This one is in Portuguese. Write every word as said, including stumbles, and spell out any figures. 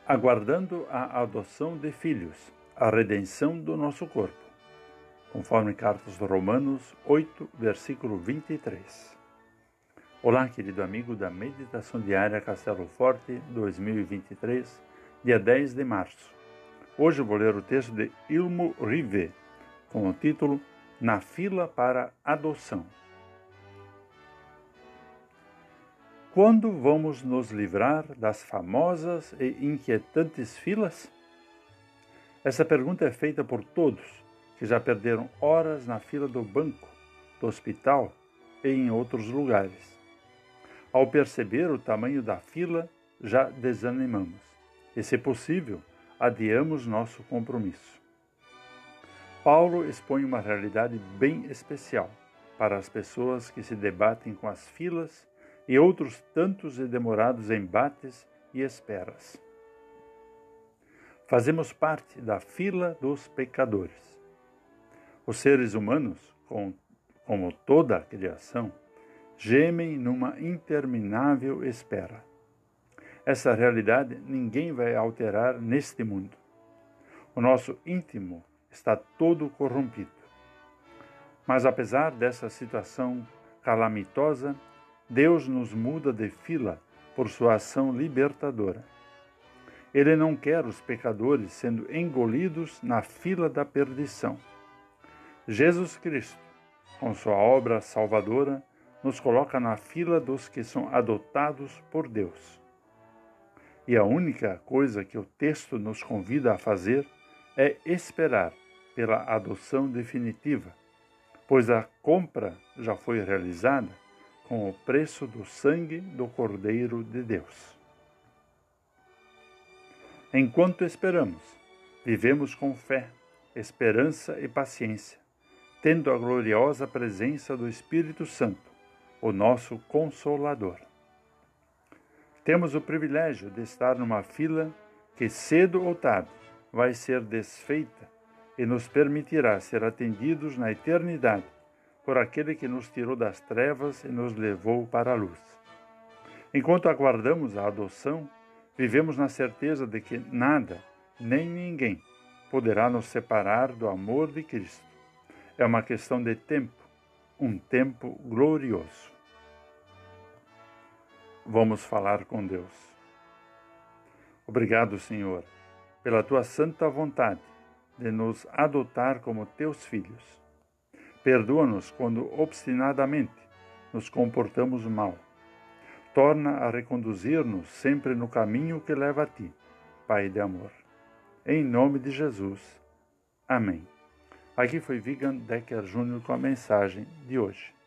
aguardando a adoção de filhos, a redenção do nosso corpo, conforme cartas de Romanos oito, versículo vinte e três. Olá, querido amigo da Meditação Diária Castelo Forte dois mil e vinte e três, dia dez de março. Hoje vou ler o texto de Ilmo Rive, com o título Na Fila para Adoção. Quando vamos nos livrar das famosas e inquietantes filas? Essa pergunta é feita por todos que já perderam horas na fila do banco, do hospital e em outros lugares. Ao perceber o tamanho da fila, já desanimamos e, se possível, adiamos nosso compromisso. Paulo expõe uma realidade bem especial para as pessoas que se debatem com as filas e outros tantos e demorados embates e esperas. Fazemos parte da fila dos pecadores. Os seres humanos, como toda a criação, gemem numa interminável espera. Essa realidade ninguém vai alterar neste mundo. O nosso íntimo está todo corrompido. Mas apesar dessa situação calamitosa, Deus nos muda de fila por sua ação libertadora. Ele não quer os pecadores sendo engolidos na fila da perdição. Jesus Cristo, com sua obra salvadora, nos coloca na fila dos que são adotados por Deus. E a única coisa que o texto nos convida a fazer é esperar pela adoção definitiva, pois a compra já foi realizada com o preço do sangue do Cordeiro de Deus. Enquanto esperamos, vivemos com fé, esperança e paciência, tendo a gloriosa presença do Espírito Santo, o nosso Consolador. Temos o privilégio de estar numa fila que, cedo ou tarde, vai ser desfeita e nos permitirá ser atendidos na eternidade por aquele que nos tirou das trevas e nos levou para a luz. Enquanto aguardamos a adoção, vivemos na certeza de que nada, nem ninguém, poderá nos separar do amor de Cristo. É uma questão de tempo, um tempo glorioso. Vamos falar com Deus. Obrigado, Senhor, pela Tua santa vontade de nos adotar como Teus filhos. Perdoa-nos quando obstinadamente nos comportamos mal. Torna a reconduzir-nos sempre no caminho que leva a Ti, Pai de amor. Em nome de Jesus. Amém. Aqui foi Vigan Decker Júnior com a mensagem de hoje.